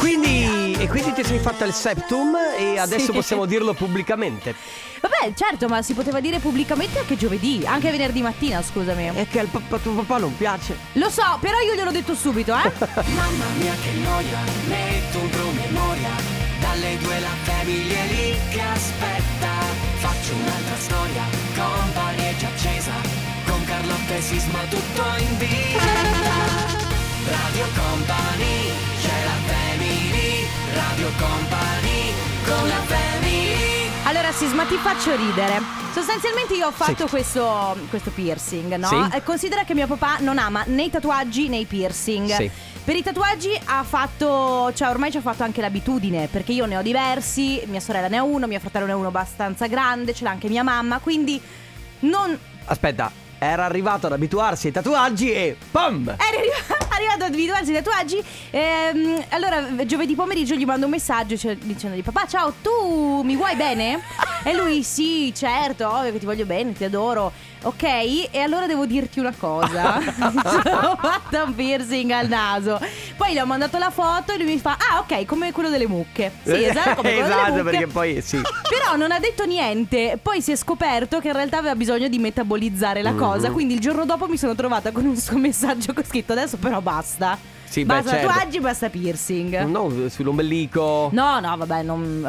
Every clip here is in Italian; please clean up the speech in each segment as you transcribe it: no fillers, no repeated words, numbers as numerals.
quindi ti sei fatta il septum e adesso possiamo dirlo pubblicamente. Vabbè, certo, ma si poteva dire pubblicamente anche giovedì, anche venerdì mattina, scusami. È che al tuo papà non piace. Lo so, però io gliel'ho detto subito, Mamma mia che noia, metto un promemoria. Dalle 2 la famiglia è lì che aspetta. Faccio un'altra storia, Company è già accesa. Con Carlotta e Sisma tutto in diretta. Radio Company, c'è la family. Radio Company, con la family. Allora Sisma, ti faccio ridere. Sostanzialmente io ho fatto questo piercing, no? Sì. Considera che mio papà non ama né i tatuaggi né i piercing. Sì. Per i tatuaggi ha fatto, cioè ormai ci ha fatto anche l'abitudine, perché io ne ho diversi, mia sorella ne ha uno, mio fratello ne ha uno abbastanza grande, ce l'ha anche mia mamma, quindi non... Aspetta, era arrivato ad abituarsi ai tatuaggi e PAM! Arrivato ad abituarsi ai tatuaggi. Allora giovedì pomeriggio gli mando un messaggio dicendogli: papà, ciao, tu mi vuoi bene? E lui: sì, certo, ovvio che ti voglio bene, ti adoro. Ok, e allora devo dirti una cosa. Ho fatto un piercing al naso. Poi gli ho mandato la foto e lui mi fa: ah, ok, come quello delle mucche. Sì, esatto, come quello delle mucche. Perché poi sì. Però non ha detto niente. Poi si è scoperto che in realtà aveva bisogno di metabolizzare la cosa. Quindi il giorno dopo mi sono trovata con un suo messaggio con scritto: adesso però basta. Sì, basta certo. tatuaggi, basta piercing. No, sull'ombelico. No, vabbè, non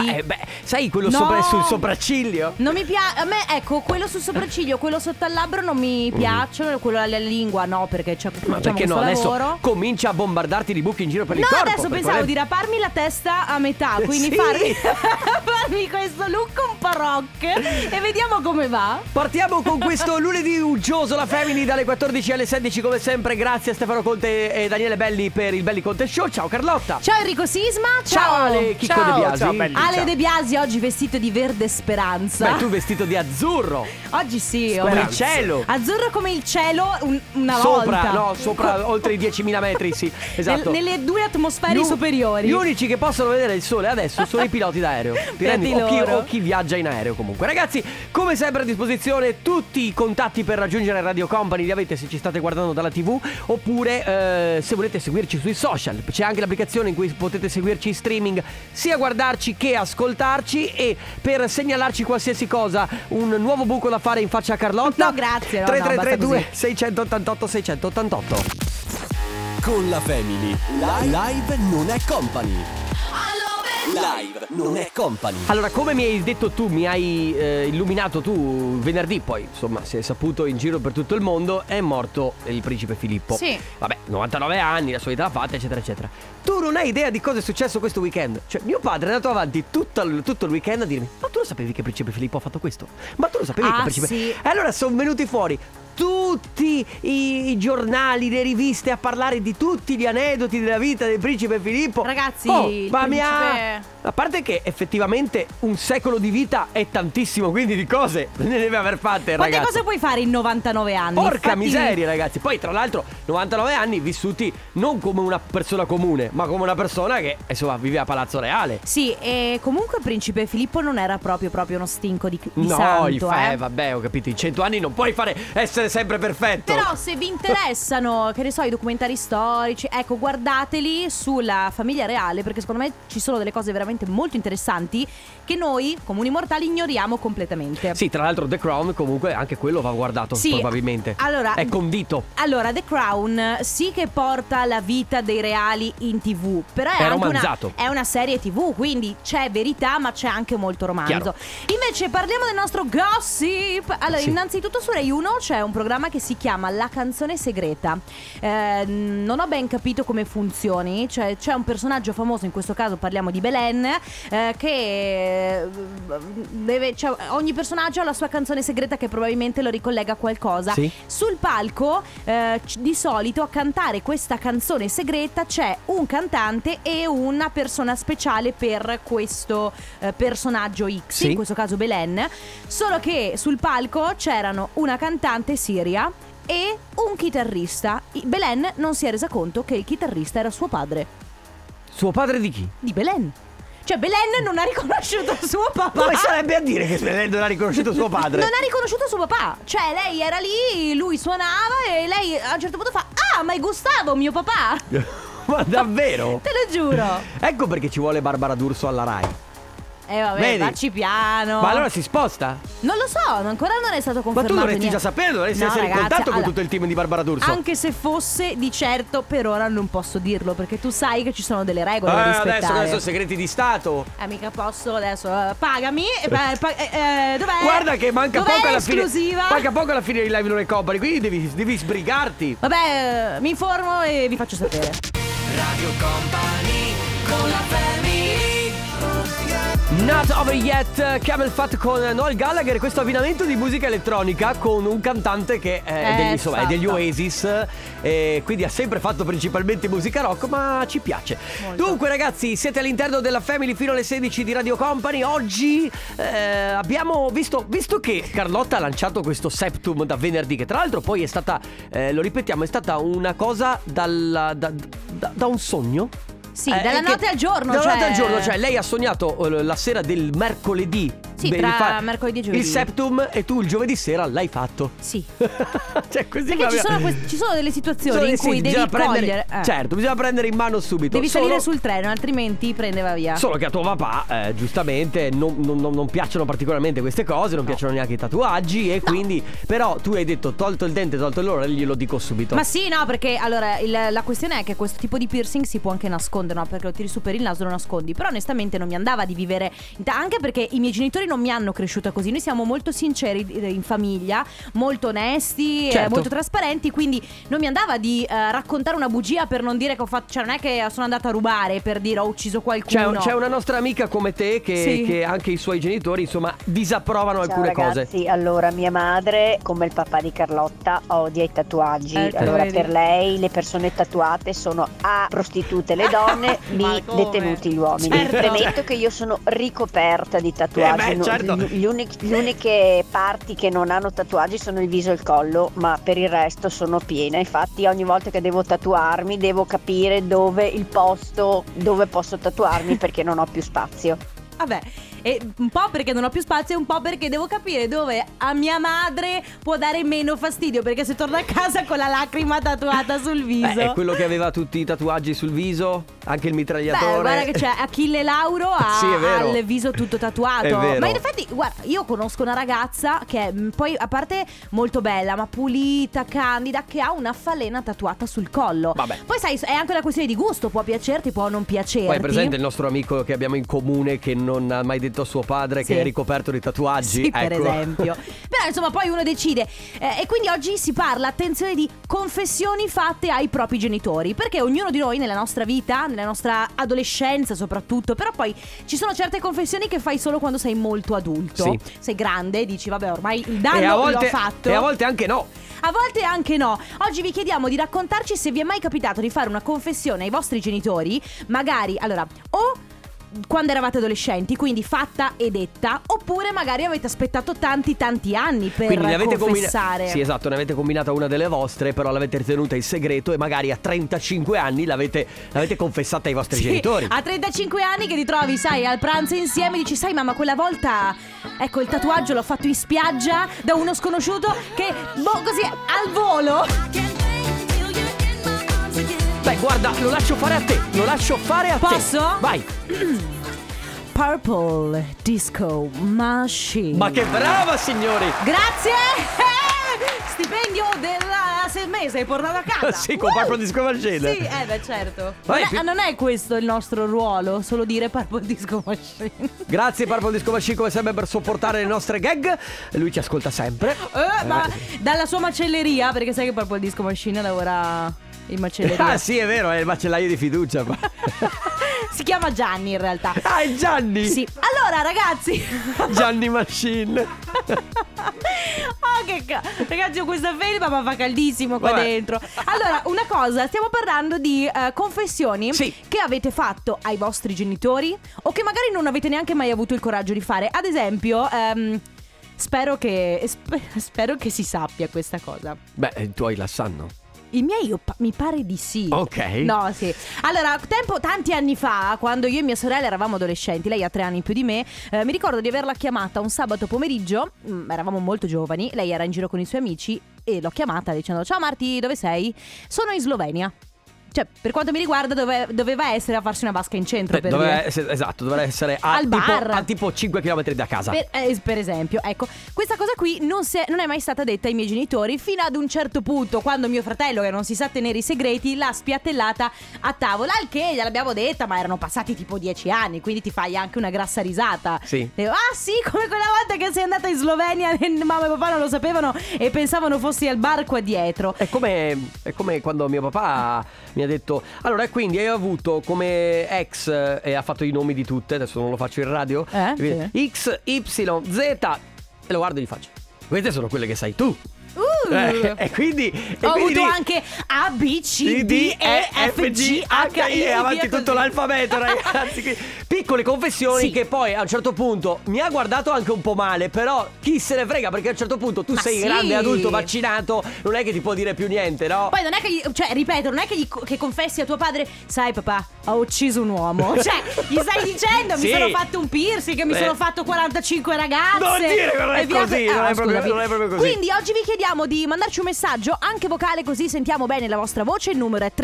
sai quello No. sul sopracciglio? Non mi piace. A me, ecco, quello sul sopracciglio, quello sotto al labbro non mi piacciono. Quello alla lingua no, perché c'è Ma perché no? Adesso lavoro. comincia a bombardarti di buchi in giro per il No, corpo. adesso pensavo di raparmi la testa a metà. Quindi Sì. farmi questo look un po' rock. E vediamo come va. Partiamo con questo lunedì uggioso, la Family, dalle 14 alle 16 come sempre. Grazie a Stefano Conte e Daniele Belli per il Belli Conte Show. Ciao Carlotta. Ciao Enrico Sisma. Ciao Ale Chicco Ciao, De Biasi. ciao, belli. Ale Ciao. De Biasi oggi vestito di verde speranza. Beh, tu vestito di azzurro. Oggi sì, Come il cielo. azzurro come il cielo una Sopra, volta. no, sopra oltre i 10.000 metri, sì. Esatto. Nelle due atmosfere superiori. Gli unici che possono vedere il sole adesso sono i piloti d'aereo. Ti rendi? O chi viaggia in aereo comunque. Ragazzi, come sempre a disposizione tutti i contatti per raggiungere Radio Company. Li avete se ci state guardando dalla TV. Oppure se volete seguirci sui social. C'è anche l'applicazione in cui potete seguirci in streaming, sia guardarci che ascoltarci. E per segnalarci qualsiasi cosa, un nuovo buco da fare in faccia a Carlotta. No, grazie, no, 3332 688 688. Con la family. Live non è company. Live non è company. Allora, come mi hai detto tu, mi hai illuminato tu venerdì, poi insomma si è saputo in giro per tutto il mondo, è morto il principe Filippo. Sì. Vabbè, 99 anni, la sua vita l'ha fatta, eccetera eccetera. Tu non hai idea di cosa è successo questo weekend. Cioè, mio padre è andato avanti tutto il weekend a dirmi: ma tu lo sapevi che principe Filippo ha fatto questo? Ma tu lo sapevi che il principe... sì. E allora sono venuti fuori tutti i giornali, le riviste a parlare di tutti gli aneddoti della vita del principe Filippo. Ragazzi, il ma mi ha... principe- A parte che effettivamente un secolo di vita è tantissimo, quindi di cose ne deve aver fatte, Quante ragazzi. cose puoi fare in 99 anni? Porca Infatti- miseria, ragazzi. Poi tra l'altro 99 anni vissuti non come una persona comune, ma come una persona che insomma vive a Palazzo Reale. Sì, e comunque il principe Filippo non era proprio uno stinco di No, santo, vabbè, ho capito. In 100 anni non puoi essere sempre perfetto. Però se vi interessano, che ne so, i documentari storici, ecco, guardateli sulla famiglia reale, perché secondo me ci sono delle cose veramente molto interessanti che noi, comuni mortali, ignoriamo completamente. Sì, tra l'altro The Crown comunque anche quello va guardato, Sì, probabilmente. allora, è condito. Allora, The Crown sì che porta la vita dei reali in TV, però è anche romanzato. è una serie TV, quindi c'è verità ma c'è anche molto romanzo. Chiaro. Invece parliamo del nostro gossip. Allora, Sì. innanzitutto su Rai 1 c'è un programma che si chiama La canzone segreta. Non ho ben capito come funzioni, cioè c'è un personaggio famoso, in questo caso parliamo di Belen, che cioè, ogni personaggio ha la sua canzone segreta che probabilmente lo ricollega a qualcosa. Sì. Sul palco di solito a cantare questa canzone segreta c'è un cantante e una persona speciale per questo personaggio X, Sì. in questo caso Belen. Solo che sul palco c'erano una cantante Siria e un chitarrista. Belen non si è resa conto che il chitarrista era suo padre. Suo padre di chi? Di Belen. Cioè Belen non ha riconosciuto suo papà. Come sarebbe a dire che Belen non ha riconosciuto suo padre? Non ha riconosciuto suo papà. Cioè lei era lì, lui suonava e lei a un certo punto fa: ah, ma è Gustavo, mio papà. Ma davvero? Te lo giuro. Ecco perché ci vuole Barbara D'Urso alla Rai. Vabbè, Vedi? facci piano. Ma allora si sposta? Non lo so, ancora non è stato Ma confermato. tu dovresti niente. già saperlo, dovresti No, essere in ragazzi, contatto con allora, tutto il team di Barbara D'Urso. Anche se fosse di certo, per ora non posso dirlo, perché tu sai che ci sono delle regole da rispettare. adesso segreti di Stato. Mica posso adesso. Pagami. Dov'è? Guarda che manca Dov'è poco alla fine. esclusiva? Manca poco alla fine di Live Non È Company, quindi devi sbrigarti. Vabbè, mi informo e vi faccio sapere. Radio Company con la family. Not Over Yet, Camel Fat con Noel Gallagher. Questo abbinamento di musica elettronica con un cantante che è degli Oasis, quindi ha sempre fatto principalmente musica rock, ma ci piace molto. Dunque ragazzi, siete all'interno della Family fino alle 16 di Radio Company. Oggi abbiamo visto che Carlotta ha lanciato questo Septum da venerdì, che tra l'altro poi è stata, lo ripetiamo, è stata una cosa da un sogno. Sì, dalla notte al giorno. Dalla notte al giorno, cioè lei ha sognato la sera del mercoledì. Sì, tra mercoledì e giovedì. Il Septum, e tu il giovedì sera l'hai fatto. Sì. Cioè così. Perché ci sono delle situazioni in cui devi cogliere. Certo, bisogna prendere in mano subito. Devi salire sul treno, altrimenti prendeva via. Solo che a tuo papà, giustamente, non piacciono particolarmente queste cose, non piacciono neanche i tatuaggi. E quindi, però, tu hai detto tolto il dente, tolto l'ora, glielo dico subito. Ma sì, no, perché allora la questione è che questo tipo di piercing si può anche nascondere, no? Perché lo tiri su per il naso e lo nascondi. Però onestamente non mi andava di vivere, anche perché i miei genitori non mi hanno cresciuta così. Noi siamo molto sinceri in famiglia, molto onesti, certo, molto trasparenti. Quindi non mi andava di raccontare una bugia per non dire che ho fatto. Cioè non è che sono andata a rubare per dire ho ucciso qualcuno. C'è una nostra amica come te che anche i suoi genitori, insomma, disapprovano alcune cose. Sì, allora mia madre, come il papà di Carlotta, odia i tatuaggi. Allora vedi. per lei le persone tatuate sono A, prostitute le donne, B, detenuti gli uomini. Certo. Premetto che io sono ricoperta di tatuaggi. Certo. Le uniche parti che non hanno tatuaggi sono il viso e il collo, ma per il resto sono piena. Infatti ogni volta che devo tatuarmi devo capire dove il posto dove posso tatuarmi, perché non ho più spazio. Vabbè, e un po' perché non ho più spazio e un po' perché devo capire dove a mia madre può dare meno fastidio, perché se torna a casa con la lacrima tatuata sul viso. È quello che aveva tutti i tatuaggi sul viso, anche il mitragliatore. Beh, guarda che c'è Achille Lauro Sì, è vero. ha il viso tutto tatuato. È vero. Ma in effetti, guarda, io conosco una ragazza che è poi, a parte molto bella, ma pulita, candida, che ha una falena tatuata sul collo. Vabbè. Poi sai, è anche una questione di gusto, può piacerti, può non piacerti. Poi è presente il nostro amico che abbiamo in comune che non ha mai detto a suo padre che è ricoperto di tatuaggi. Sì, per esempio. Però insomma poi uno decide e quindi oggi si parla, attenzione, di confessioni fatte ai propri genitori, perché ognuno di noi nella nostra vita, nella nostra adolescenza soprattutto, però poi ci sono certe confessioni che fai solo quando sei molto adulto. Sì. Sei grande, dici vabbè ormai il danno l'ho fatto. E a volte anche no. A volte anche no. Oggi vi chiediamo di raccontarci se vi è mai capitato di fare una confessione ai vostri genitori, magari, allora, o quando eravate adolescenti, quindi fatta e detta, oppure magari avete aspettato tanti anni per Quindi ne avete confessare. Sì, esatto, ne avete combinata una delle vostre, però l'avete tenuta in segreto e magari a 35 anni l'avete confessata ai vostri genitori. A 35 anni che ti trovi, sai, al pranzo insieme, dici sai mamma, quella volta, ecco, il tatuaggio l'ho fatto in spiaggia da uno sconosciuto che, così, al volo. Beh, guarda, lo lascio fare a te. Posso? Vai. Purple Disco Machine. Ma che brava, signori. Grazie. Stipendio del mese portato a casa. Sì, con Purple Disco Machine. Sì, beh, certo. Vai, Non è questo il nostro ruolo, solo dire Purple Disco Machine. Grazie Purple Disco Machine come sempre per sopportare le nostre gag. Lui ci ascolta sempre. Ma dalla sua macelleria, perché sai che Purple Disco Machine lavora in macelleria. Ah sì, è vero, è il macellaio di fiducia. Si chiama Gianni in realtà. Ah, è Gianni. Sì. Allora ragazzi, Gianni Machine. ragazzi, ho questa felpa ma fa caldissimo qua dentro. Allora, una cosa, stiamo parlando di confessioni che avete fatto ai vostri genitori o che magari non avete neanche mai avuto il coraggio di fare. Ad esempio, spero che si sappia questa cosa. Beh, i tuoi la sanno. I miei mi pare di sì. Ok. No, sì. Allora, tanti anni fa, quando io e mia sorella eravamo adolescenti, lei ha 3 anni in più di me, mi ricordo di averla chiamata un sabato pomeriggio, eravamo molto giovani, lei era in giro con i suoi amici e l'ho chiamata dicendo ciao Marti, dove sei? Sono in Slovenia. Cioè, per quanto mi riguarda doveva essere a farsi una vasca in centro, per dire. Esatto, doveva essere al bar, a tipo 5 km da casa. Per esempio, ecco, questa cosa qui non è mai stata detta ai miei genitori fino ad un certo punto, quando mio fratello, che non si sa tenere i segreti, l'ha spiattellata a tavola, al che gliel'abbiamo detta, ma erano passati tipo 10 anni, quindi ti fai anche una grassa risata. Sì. Dico, sì, come quella volta che sei andata in Slovenia e mamma e papà non lo sapevano e pensavano fossi al bar qua dietro. È come quando mio papà mi ha detto: allora, quindi hai avuto come ex, e ha fatto i nomi di tutte, adesso non lo faccio in radio, Sì. X, Y, Z, e lo guardo e gli faccio: queste sono quelle che sai tu. E quindi ho avuto anche A, B, C, D, E, F, G, H, I, e avanti tutto l'alfabeto, ragazzi. Piccole confessioni, sì, che poi a un certo punto mi ha guardato anche un po' male, però chi se ne frega, perché a un certo punto tu sei grande adulto vaccinato, non è che ti può dire più niente, no? Poi non è che ripeto, non è che confessi a tuo padre: sai papà, ho ucciso un uomo. Cioè, gli stai dicendo: mi sono fatto un piercing, che mi sono fatto 45 ragazze. Non dire che non è così, non è proprio così. Quindi oggi vi chiediamo di mandarci un messaggio anche vocale, così sentiamo bene la vostra voce. Il numero è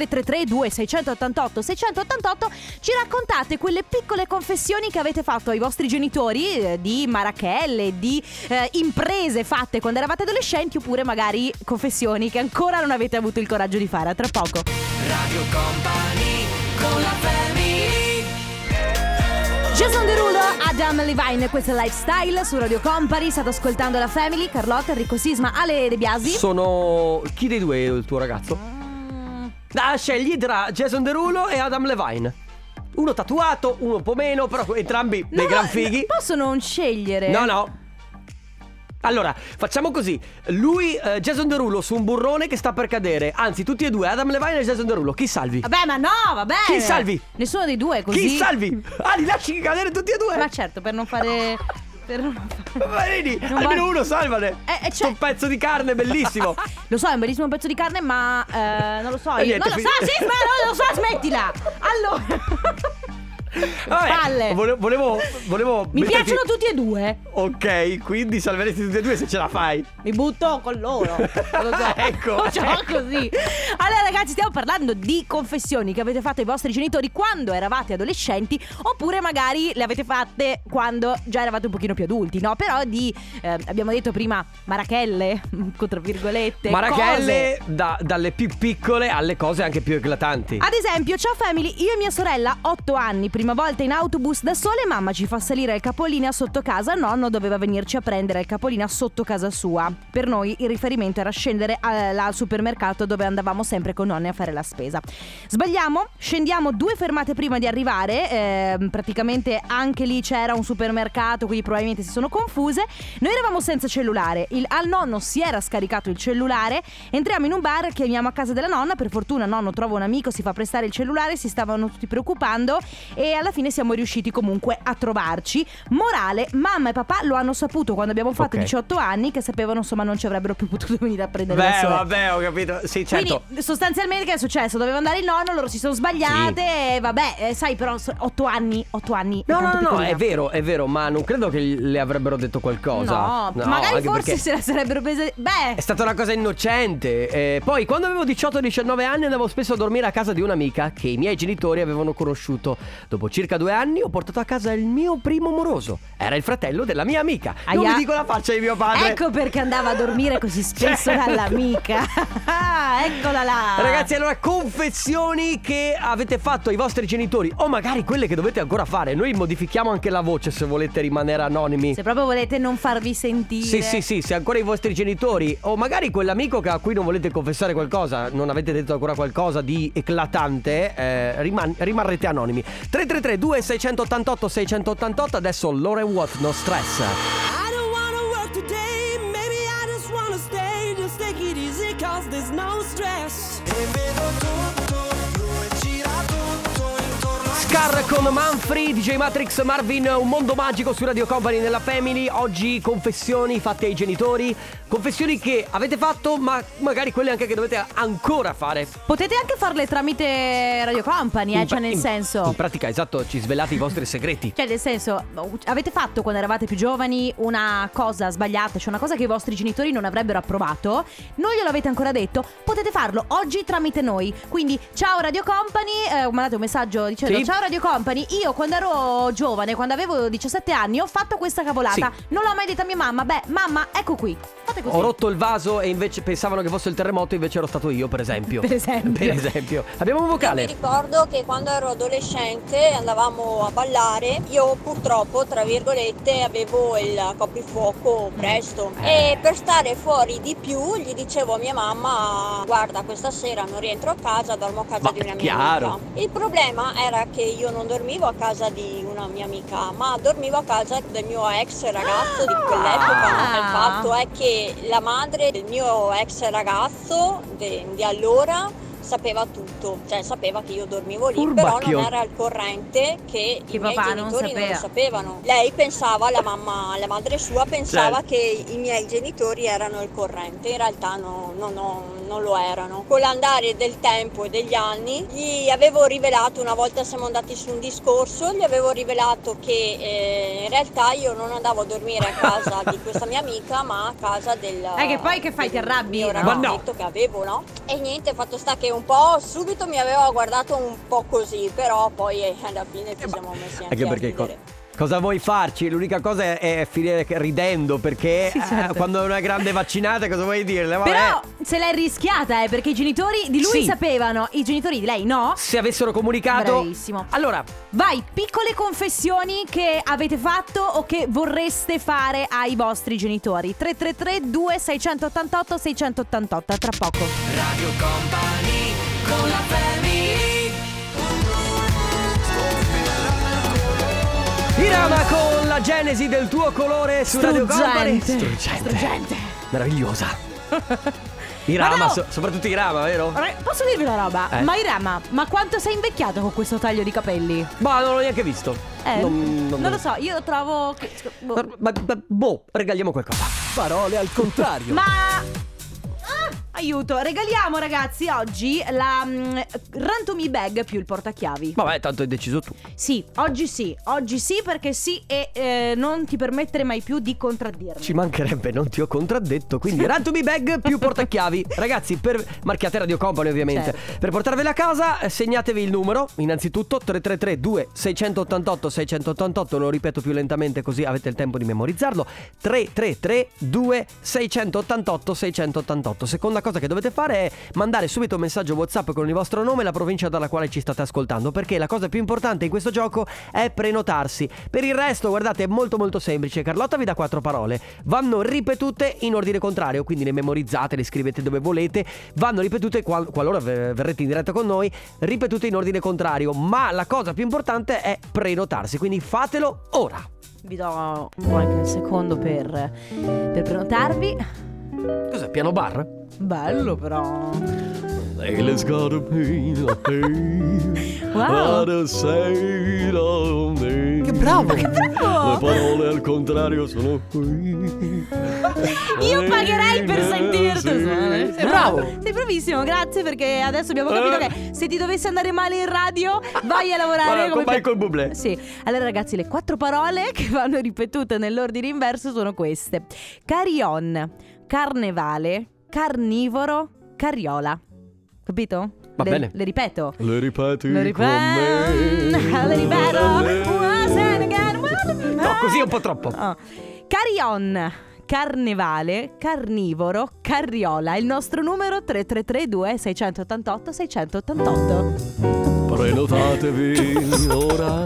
333-2688-688. Ci raccontate quelle piccole confessioni che avete fatto ai vostri genitori, di marachelle, di imprese fatte quando eravate adolescenti, oppure magari confessioni che ancora non avete avuto il coraggio di fare. A tra poco. Radio Company con la family. Jason Derulo, Adam Levine, questo è Lifestyle su Radio Company. State ascoltando la Family. Carlotta, Enrico Sisma, Ale De Biasi. Sono... chi dei due è il tuo ragazzo? Scegli tra Jason Derulo e Adam Levine. Uno tatuato, uno un po' meno, però entrambi dei gran fighi. Posso non scegliere? No. Allora, facciamo così. Lui, Jason Derulo su un burrone che sta per cadere. Anzi, tutti e due, Adam Levine e Jason Derulo. Chi salvi? Vabbè, ma no, vabbè. Chi salvi? Nessuno dei due, così. Chi salvi? Li lasci cadere tutti e due? Ma certo, per non fare... Vedi, almeno uno salvane. Cioè... un pezzo di carne bellissimo. Lo so, è un bellissimo pezzo di carne, ma non lo so. Niente, non lo so, sì, ma non lo so, smettila. Allora... Vabbè, volevo mi piacciono tutti e due. Ok, quindi salveresti tutti e due se ce la fai. Mi butto con loro. Non lo so. Ecco. Così. Allora ragazzi, stiamo parlando di confessioni che avete fatto ai vostri genitori quando eravate adolescenti, oppure magari le avete fatte quando già eravate un pochino più adulti, no? Però abbiamo detto prima marachelle, tra virgolette, marachelle dalle più piccole alle cose anche più eclatanti. Ad esempio, ciao family, io e mia sorella 8 anni, prima volta in autobus da sole, mamma ci fa salire al capolinea sotto casa, nonno doveva venirci a prendere al capolinea sotto casa sua. Per noi il riferimento era scendere al supermercato dove andavamo sempre con nonni a fare la spesa. Sbagliamo, scendiamo 2 fermate prima di arrivare, praticamente anche lì c'era un supermercato, quindi probabilmente si sono confuse. Noi eravamo senza cellulare, al nonno si era scaricato il cellulare, entriamo in un bar, chiamiamo a casa della nonna, per fortuna nonno trova un amico, si fa prestare il cellulare, si stavano tutti preoccupando e alla fine siamo riusciti comunque a trovarci. Morale, mamma e papà lo hanno saputo quando abbiamo fatto 18 anni, che sapevano insomma non ci avrebbero più potuto venire a prendere da sole. Vabbè, ho capito. Sì, certo. Quindi sostanzialmente che è successo? Doveva andare il nonno, loro si sono sbagliate, e vabbè, sai, però 8 anni. No, è vero, ma non credo che le avrebbero detto qualcosa. No, magari forse se la sarebbero presa. Beh, è stata una cosa innocente. Poi quando avevo 18-19 anni andavo spesso a dormire a casa di un'amica che i miei genitori avevano conosciuto. Dopo circa 2 anni ho portato a casa il mio primo moroso. Era il fratello della mia amica. Non vi dico la faccia di mio padre. Ecco perché andava a dormire così spesso dall'amica. Eccola là. Ragazzi, allora, confessioni che avete fatto ai vostri genitori, o magari quelle che dovete ancora fare. Noi modifichiamo anche la voce se volete rimanere anonimi, se proprio volete non farvi sentire. Sì, se ancora i vostri genitori, o magari quell'amico a cui non volete confessare qualcosa, non avete detto ancora qualcosa di eclatante, rimarrete anonimi. 333-2688-688. Adesso Lauren Watt, No Stress. I don't wanna work today, maybe I just wanna stay, just take it easy cause there's no stress. Scar con Manfree, DJ Matrix, Marvin, Un mondo magico su Radio Company nella Family. Oggi confessioni fatte ai genitori, confessioni che avete fatto ma magari quelle anche che dovete ancora fare. Potete anche farle tramite Radio Company, cioè nel senso, in pratica, esatto, ci svelate i vostri segreti. cioè nel senso, avete fatto quando eravate più giovani una cosa sbagliata, cioè una cosa che i vostri genitori non avrebbero approvato, non glielo avete ancora detto, potete farlo oggi tramite noi. Quindi ciao Radio Company, mandate un messaggio dicendo: Sì. ciao Radio Company, io quando ero giovane, quando avevo 17 anni, ho fatto questa cavolata, Sì. non l'ho mai detta a mia mamma. Beh, mamma, ecco qui, fate così. Ho rotto il vaso e invece pensavano che fosse il terremoto, invece ero stato io, per esempio. Per esempio. Abbiamo un Io mi vocale. ricordo che quando ero adolescente andavamo a ballare, io purtroppo, tra virgolette, avevo il coprifuoco presto e per stare fuori di più gli dicevo a mia mamma: guarda, questa sera non rientro a casa, dormo a casa Ma di una mia chiaro. amica. Il problema era che io non dormivo a casa di una mia amica, ma dormivo a casa del mio ex ragazzo di quell'epoca. Il fatto è che la madre del mio ex ragazzo di allora sapeva tutto, cioè sapeva che io dormivo lì, Furbacchio. però non era al corrente che i miei papà non genitori non lo sapeva. sapevano. Lei pensava, la madre sua pensava Certo. che i miei genitori erano al corrente, in realtà non lo erano. Con l'andare del tempo e degli anni gli avevo rivelato, una volta siamo andati su un discorso, gli avevo rivelato che in realtà io non andavo a dormire a casa di questa mia amica, ma a casa del Che poi che fai, ti del arrabbi? mio No. ragazzetto che avevo, no? E niente, fatto sta che un po' subito mi aveva guardato un po' così, però poi alla fine ci siamo messi anche Anche a perché ridere. cosa vuoi farci? L'unica cosa è finire ridendo, perché Sì, certo. quando è una grande vaccinata cosa vuoi dirle? Vabbè. Però se l'è rischiata, perché i genitori di lui Sì. sapevano, i genitori di lei no. Se avessero comunicato. Bravissimo. Allora, Vai, piccole confessioni che avete fatto o che vorreste fare ai vostri genitori. 333 2688 688. A tra poco. Radio Company con la family. Irama con la genesi del tuo colore su Radio Company. Struggente. Meravigliosa. Irama, Ma no. soprattutto Irama, vero? Posso dirvi una roba? Eh. Irama, ma quanto sei invecchiato con questo taglio di capelli? Ma non l'ho neanche visto. Non lo so, io trovo che... Boh, regaliamo qualcosa. Parole al contrario. Ma... aiuto, regaliamo ragazzi oggi la Rantumi Bag più il portachiavi. Vabbè, tanto hai deciso tu. Sì, oggi sì perché sì e non ti permettere mai più di contraddirmi. Ci mancherebbe, non ti ho contraddetto. Quindi Rantumi Bag più portachiavi. Ragazzi, marchiate Radio Company ovviamente. Certo. Per portarvela a casa segnatevi il numero. Innanzitutto 333 2688 688. Lo ripeto più lentamente così avete il tempo di memorizzarlo. 333 2688 688. Seconda cosa che dovete fare è mandare subito un messaggio WhatsApp con il vostro nome e la provincia dalla quale ci state ascoltando, perché la cosa più importante in questo gioco è prenotarsi. Per il resto, guardate, è molto molto semplice. Carlotta vi dà 4 parole, vanno ripetute in ordine contrario, quindi le memorizzate, le scrivete dove volete, vanno ripetute qualora verrete in diretta con noi, ripetute in ordine contrario, ma la cosa più importante è prenotarsi, quindi fatelo ora. Vi do anche il secondo per prenotarvi. Cos'è, piano bar? Bello però. Let's go to Wow. Che bravo! Le parole al contrario sono qui. Io pagherei per sentirti. Sei bravo! Sei bravissimo, grazie, perché adesso abbiamo capito che se ti dovesse andare male in radio vai a lavorare Con come Michael Bublé. Sì. Allora ragazzi, le 4 parole che vanno ripetute nell'ordine inverso sono queste: carillon, carnevale, carnivoro, carriola. Capito? Va bene. Le ripeto. Le ripeti Le con me. Le ripeto. Once and again. No, così è un po' troppo. Oh. Carillon, carnevale, carnivoro, carriola. Il nostro numero 3332 688 688. Prenotatevi ora.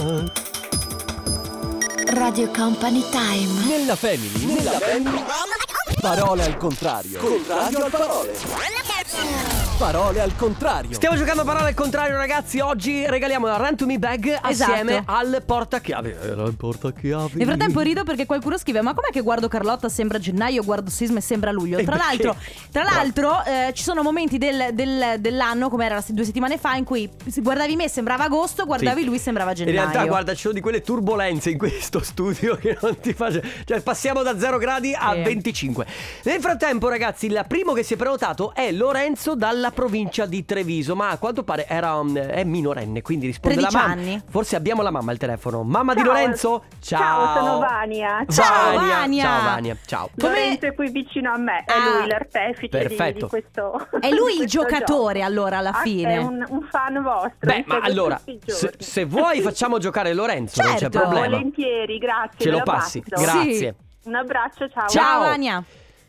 Radio Company Time. Nella Family. Parole al contrario. Contrario al parole. Parole al contrario. Stiamo giocando a parole al contrario, ragazzi. Oggi regaliamo la Run to Me Bag assieme al portachiavi. Il portachiavi. Nel frattempo rido perché qualcuno scrive: ma com'è che guardo Carlotta sembra gennaio, guardo Sisma e sembra luglio? Tra l'altro ci sono momenti dell'anno, come era 2 settimane fa, in cui guardavi me sembrava agosto, guardavi lui sembrava gennaio. In realtà guarda, ci sono di quelle turbolenze in questo studio che non ti fa... Cioè passiamo da 0 gradi a 25. Nel frattempo, ragazzi, il primo che si è prenotato è Lorenzo dalla provincia di Treviso, ma a quanto pare è minorenne, quindi risponde 13 la mamma. anni. Forse abbiamo la mamma al telefono. Mamma di Lorenzo? Ciao, sono Vania. Ciao Vania. Ciao Vania. Ciao. Lorenzo è qui vicino a me, è lui l'artefice di questo. È lui il questo giocatore gioco. allora alla fine. È un fan vostro. Beh, ma allora se vuoi facciamo giocare Lorenzo, non c'è problema. Volentieri, grazie. Ce lo passi. passo. Grazie. Un abbraccio, ciao. Ciao Vania.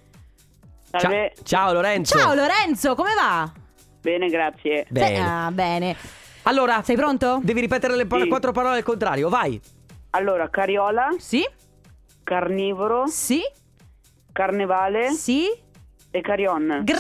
Ciao Lorenzo. Ciao Lorenzo, come va? Bene, grazie. Bene. Allora, sei pronto? Devi ripetere le 4 parole al contrario, vai. Allora, cariola. Sì. Carnivoro. Sì. Carnevale. Sì. E carion. Grande!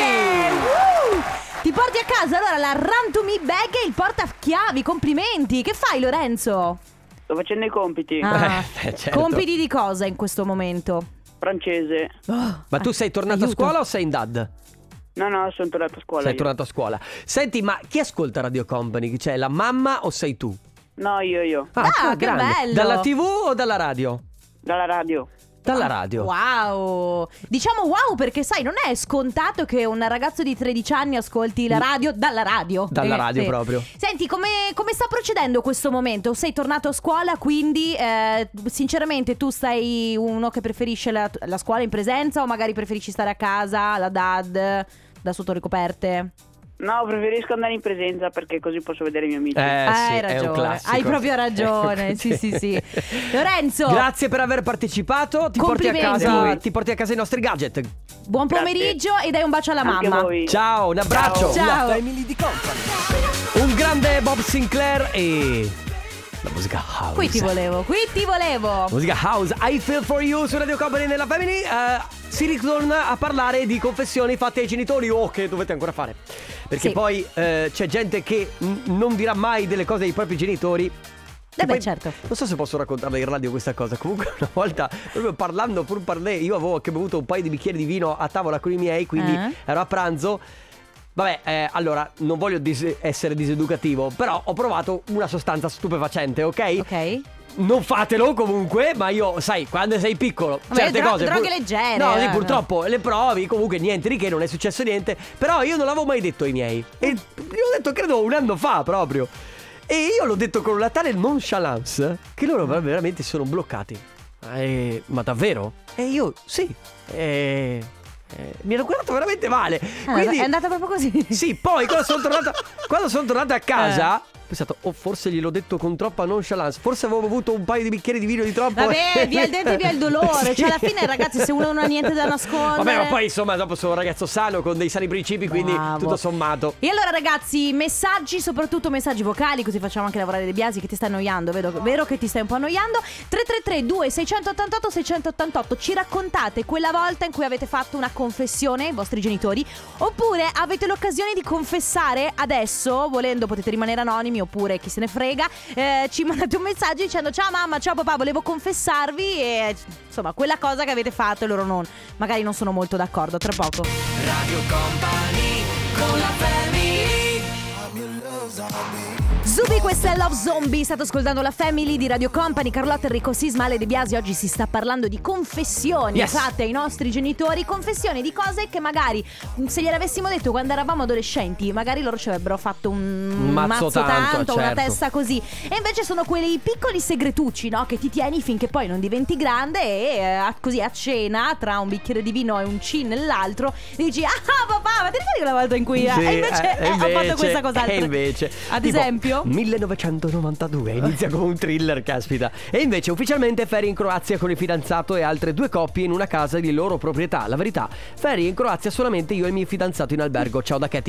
Ti porti a casa allora la Run to Me Bag e il portachiavi. Complimenti. Che fai, Lorenzo? Sto facendo i compiti. Certo. Compiti di cosa in questo momento? Francese. Ma tu sei tornato a scuola o sei in DAD? No, sono tornato a scuola. Sei tornato a scuola. Senti, ma chi ascolta Radio Company? C'è la mamma o sei tu? No, io. Che grande. bello. Dalla TV o dalla radio? Dalla radio. Dalla radio. Wow. Diciamo wow perché sai, non è scontato che un ragazzo di 13 anni ascolti la radio dalla radio. Dalla radio sì. proprio. Senti, come sta procedendo questo momento? Sei tornato a scuola, quindi sinceramente tu sei uno che preferisce la scuola in presenza o magari preferisci stare a casa, la DAD, da sotto le coperte? No, preferisco andare in presenza perché così posso vedere i miei amici. Hai ragione, è un classico. hai proprio ragione. Sì. Lorenzo, grazie per aver partecipato. Ti porti a casa i nostri gadget. Buon pomeriggio e dai un bacio alla Anche mamma. voi. Ciao, un abbraccio. Ciao. La Family di Company. Un grande Bob Sinclair e la musica house. Qui ti volevo. Musica house, I Feel For You su Radio Company nella Family. Si ritorna a parlare di confessioni fatte ai genitori o che dovete ancora fare. Perché poi c'è gente che non dirà mai delle cose ai propri genitori. Certo. Non so se posso raccontarla in radio questa cosa. Comunque una volta, proprio parlando io avevo anche bevuto un paio di bicchieri di vino a tavola con i miei, quindi ero a pranzo. Vabbè, allora, non voglio essere diseducativo, però ho provato una sostanza stupefacente, ok? Ok. Non fatelo comunque, ma io, sai, quando sei piccolo, certe cose droghe leggere. No, purtroppo le provi, comunque niente di che, non è successo niente. Però io non l'avevo mai detto ai miei. E l'ho detto credo 1 anno fa proprio. E io l'ho detto con una tale nonchalance che loro veramente sono bloccati. Ma davvero? E io, sì. Mi ero guardato veramente male. Quindi è andata proprio così. sì, poi quando sono tornato a casa ho pensato, forse gliel'ho detto con troppa nonchalance. Forse avevo bevuto un paio di bicchieri di vino di troppo. Vabbè, via il dente, via il dolore. Cioè alla fine ragazzi, se uno non ha niente da nascondere. Vabbè, ma poi insomma dopo sono un ragazzo sano con dei sani principi. Quindi tutto sommato. E allora ragazzi, messaggi, soprattutto messaggi vocali, così facciamo anche lavorare De Biasi che ti sta annoiando. Vero che ti stai un po' annoiando. 333 2688 688. Ci raccontate quella volta in cui avete fatto una confessione ai vostri genitori, oppure avete l'occasione di confessare adesso. Volendo potete rimanere anonimi, oppure chi se ne frega, ci mandate un messaggio dicendo ciao mamma, ciao papà, volevo confessarvi, e insomma quella cosa che avete fatto, e loro magari non sono molto d'accordo. Tra poco Radio Company con la Family. Zubi, questa è Love Zombie. State ascoltando la Family di Radio Company. Carlotta, Enrico Sisma, Ale De Biasi. Oggi si sta parlando di confessioni fatte ai nostri genitori. Confessioni di cose che magari, se gliele avessimo detto quando eravamo adolescenti, magari loro ci avrebbero fatto un mazzo tanto, una testa così. E invece sono quei piccoli segretucci, no? Che ti tieni finché poi non diventi grande. E così a cena, tra un bicchiere di vino e un cin nell'altro, dici papà, ma ti ricordi quella volta in cui e invece ho fatto questa cosa? E invece ad tipo, esempio 1992 inizia come un thriller, caspita. E invece ufficialmente ferie in Croazia con il fidanzato e altre 2 coppie in una casa di loro proprietà. La verità, ferie in Croazia solamente io e il mio fidanzato in albergo. Ciao da Katy. Beh,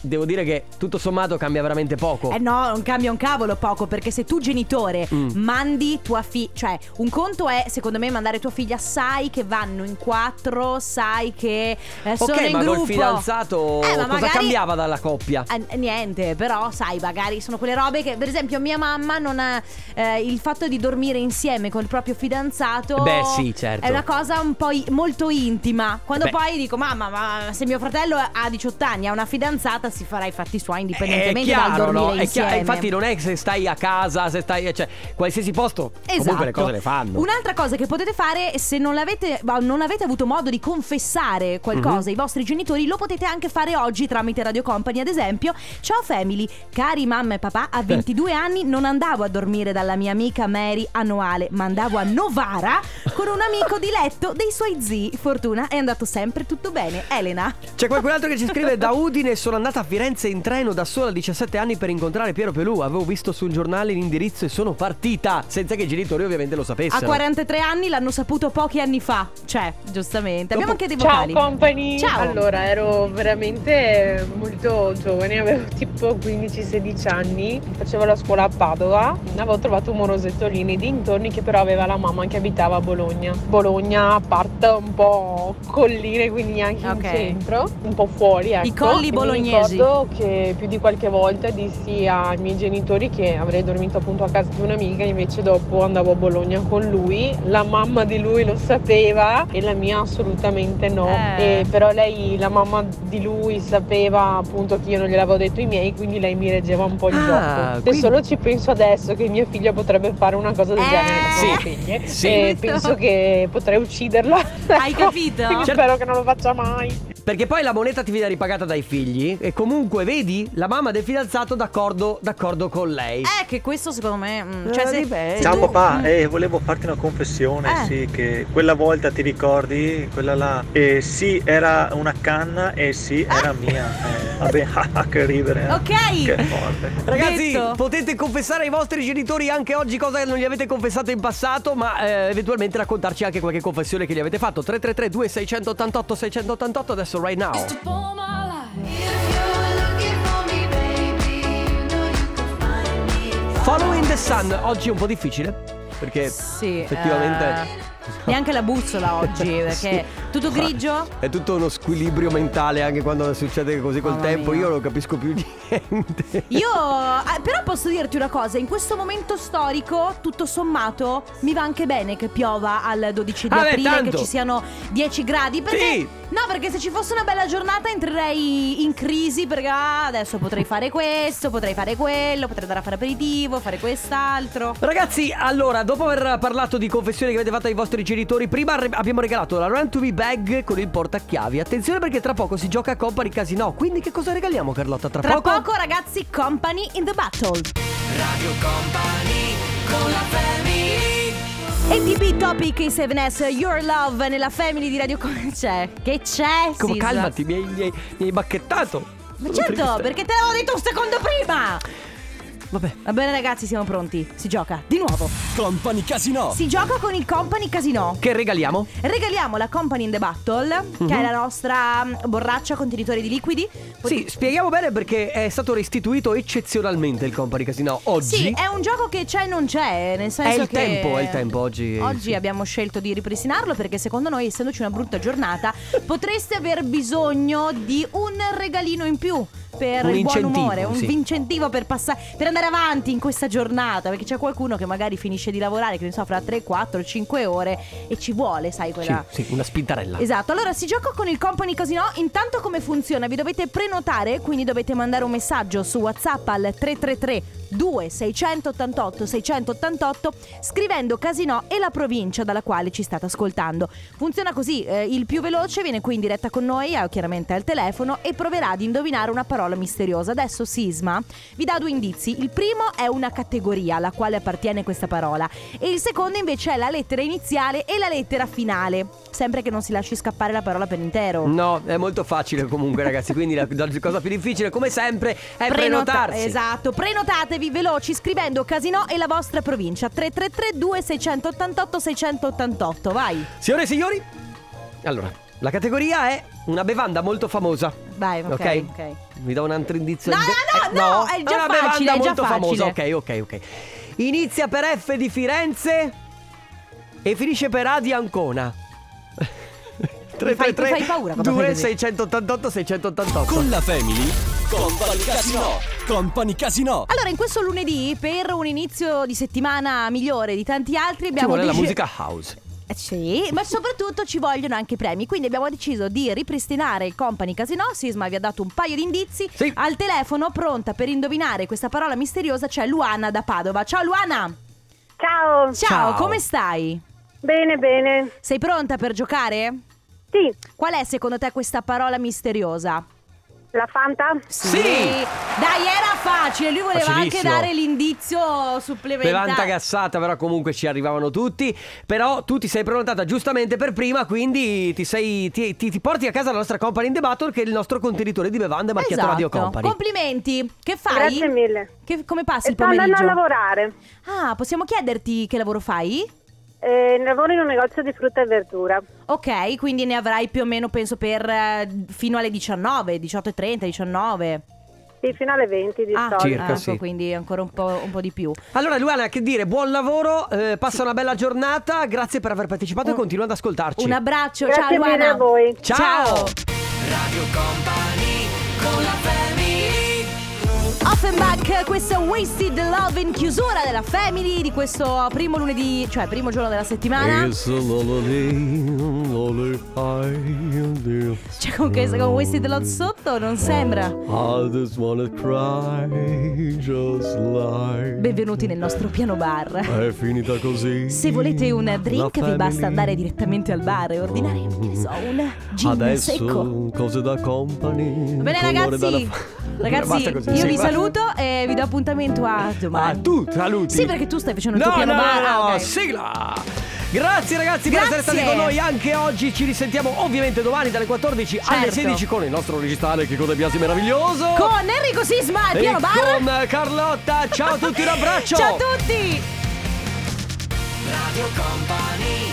devo dire che tutto sommato cambia veramente poco. No, non cambia un cavolo poco, perché se tu genitore mandi tua figlia, cioè un conto è secondo me mandare tua figlia, sai che vanno in 4, sai che sono in ma gruppo. col fidanzato ma cosa magari cambiava dalla coppia? Niente, però sai, magari sono quelle robe che, per esempio, mia mamma non ha il fatto di dormire insieme con il proprio fidanzato. Beh, sì, certo. È una cosa un po' molto intima. Quando poi dico, mamma, ma se mio fratello ha 18 anni, ha una fidanzata, si farà i fatti suoi indipendentemente dal dormire insieme. Infatti non è che se stai a casa, se stai, cioè qualsiasi posto, comunque le cose le fanno. Un'altra cosa che potete fare, se non avete avuto modo di confessare qualcosa ai vostri genitori, lo potete anche fare oggi tramite Radio Company. Ad esempio, ciao family, cari mamma e papà, a 22 anni non andavo a dormire dalla mia amica Mary a Noale, ma andavo a Novara con un amico di letto dei suoi zii. Fortuna, è andato sempre tutto bene. Elena. C'è qualcun altro che ci scrive: da Udine sono andata a Firenze in treno da sola a 17 anni per incontrare Piero Pelù. Avevo visto sul giornale l'indirizzo e sono partita, senza che i genitori ovviamente lo sapessero. A 43 anni l'hanno saputo pochi anni fa. Cioè, giustamente. Abbiamo anche dei vocali. Ciao company. Ciao. Allora, ero veramente molto giovane, avevo tipo 15-16 anni, facevo la scuola a Padova. Avevo trovato un morosetto lì nei dintorni che però aveva la mamma che abitava a Bologna. Bologna parte un po' colline, quindi neanche in centro, un po' fuori, ecco. I colli bolognesi. Mi ricordo che più di qualche volta dissi ai miei genitori che avrei dormito appunto a casa di un'amica, invece dopo andavo a Bologna con lui. La mamma di lui lo sapeva e la mia assolutamente no. Però lei, la mamma di lui, sapeva appunto che io non gliel'avevo detto ai miei, quindi lei mi reggeva un po' il gioco. Se solo ci penso adesso che mia figlia potrebbe fare una cosa del genere con le mie figlie, e penso che potrei ucciderla. Hai capito? Quindi spero che non lo faccia mai. Perché poi la moneta ti viene ripagata dai figli e comunque vedi la mamma del fidanzato d'accordo con lei. Che questo secondo me cioè se ciao papà, volevo farti una confessione. Sì, che quella volta ti ricordi? Quella là, sì, era una canna e sì, era mia. Vabbè, che ridere. Ok. Che forte. Ragazzi, potete confessare ai vostri genitori anche oggi cosa non gli avete confessato in passato, ma eventualmente raccontarci anche qualche confessione che gli avete fatto. 333 2688 688. Adesso right now. Following the Sun. Oggi è un po' difficile perché effettivamente neanche la bussola oggi, perché tutto grigio. È tutto uno squilibrio mentale anche quando succede così col tempo. Io non capisco più niente. Io però posso dirti una cosa, in questo momento storico tutto sommato mi va anche bene che piova al 12 di aprile, tanto. che ci siano 10 gradi, perché no, perché se ci fosse una bella giornata entrerei in crisi, perché adesso potrei fare questo, potrei fare quello, potrei andare a fare aperitivo, fare quest'altro. Ragazzi, allora, dopo aver parlato di confessioni che avete fatto ai vostri genitori, prima abbiamo regalato la Run to Be Bag con il portachiavi. Attenzione perché tra poco si gioca a Company Casino. Quindi che cosa regaliamo, Carlotta? Tra poco ragazzi, Company in the Battle. Radio Company con la family. ATP Topic in 7S, Your Love nella family di Radio Company. Che c'è? Come calmati, mi hai bacchettato. Ma certo, perché te l'avevo detto un secondo prima. Vabbè. Va bene ragazzi, siamo pronti. Si gioca di nuovo. Company Casino. Si gioca con il Company Casino. Che regaliamo? Regaliamo la Company in the Battle, che è la nostra borraccia contenitori di liquidi. Sì, spieghiamo bene perché è stato restituito eccezionalmente il Company Casino oggi. Sì, è un gioco che c'è e non c'è, nel senso è il tempo oggi. Oggi abbiamo scelto di ripristinarlo perché secondo noi, essendoci una brutta giornata, potreste aver bisogno di un regalino in più per il buon umore, un incentivo per andare avanti in questa giornata, perché c'è qualcuno che magari finisce di lavorare, che ne so, fra 3, 4, 5 ore e ci vuole, sai, quella. Sì, una spintarella. Esatto. Allora si gioca con il Company Casino. Intanto come funziona? Vi dovete prenotare, quindi dovete mandare un messaggio su WhatsApp al 333 2688 688 scrivendo Casino e la provincia dalla quale ci state ascoltando. Funziona così, il più veloce viene qui in diretta con noi, chiaramente al telefono, e proverà ad indovinare una parola misteriosa. Adesso Sisma vi dà 2 indizi. Il primo è una categoria alla quale appartiene questa parola e il secondo invece è la lettera iniziale e la lettera finale, sempre che non si lasci scappare la parola per intero. No, è molto facile comunque ragazzi, quindi la cosa più difficile come sempre è prenotarsi. Esatto, prenotatevi veloci scrivendo Casino e la vostra provincia 333 2688 688. Vai. Signore e signori, allora la categoria è una bevanda molto famosa. Vai, ok. Vi do un altro indizio. No, è già una facile, bevanda è già molto famosa. facile. Ok. Inizia per F di Firenze e finisce per A di Ancona. 333 fai paura quando fai così. 2688 688. Con la Family, Company Casino. Allora, in questo lunedì, per un inizio di settimana migliore di tanti altri, Ci abbiamo vuole la musica house. Sì, ma soprattutto ci vogliono anche premi. Quindi abbiamo deciso di ripristinare il Company Casino. Sisma vi ha dato un paio di indizi. Sì. Al telefono, pronta per indovinare questa parola misteriosa, c'è Luana da Padova. Ciao Luana. Ciao. Come stai? Bene. Sei pronta per giocare? Sì. Qual è secondo te questa parola misteriosa? La Fanta? Sì. Dai, era facile. Lui voleva anche Facilissimo. dare l'indizio supplementare. Bevanda gassata, però comunque ci arrivavano tutti. Però tu ti sei prenotata giustamente per prima, quindi ti porti a casa la nostra Company in the Battle, che è il nostro contenitore di bevande marchiato Esatto. Radio Company. Complimenti. Che fai? Grazie mille. Come passi il Sto pomeriggio? andando a lavorare. Ah, possiamo chiederti che lavoro fai? Lavoro in un negozio di frutta e verdura. Ok, quindi ne avrai più o meno, penso, per fino alle 19, 18:30, 19. Sì, fino alle 20 di solito. circa, ecco, sì. quindi ancora un po' di più. Allora Luana, che dire, buon lavoro, passa una bella giornata, grazie per aver partecipato e continua ad ascoltarci. Un abbraccio, Grazie ciao mille Luana. a voi. Ciao. Radio Company con la Family. Offenbach, questo è Wasted Love in chiusura della Family di questo primo lunedì, cioè primo giorno della settimana. Cioè con Wasted Love sotto non sembra. Benvenuti nel nostro piano bar. È finita così. Se volete un drink vi basta andare direttamente al bar e ordinare, che so, un gin secco. Cose da Company. Va bene ragazzi, Basta così, io sì, vi basta. saluto e vi do appuntamento a domani. Tu saluti. Sì, perché tu stai facendo il tuo piano bar. Ah, ok. Sigla. Grazie ragazzi per essere stati con noi anche oggi. Ci risentiamo ovviamente domani dalle 14 alle 16 con il nostro registare Chicco De Biasi meraviglioso, con Enrico Sisma al e piano bar, con Carlotta. Ciao a tutti, un abbraccio. Ciao a tutti. Radio Company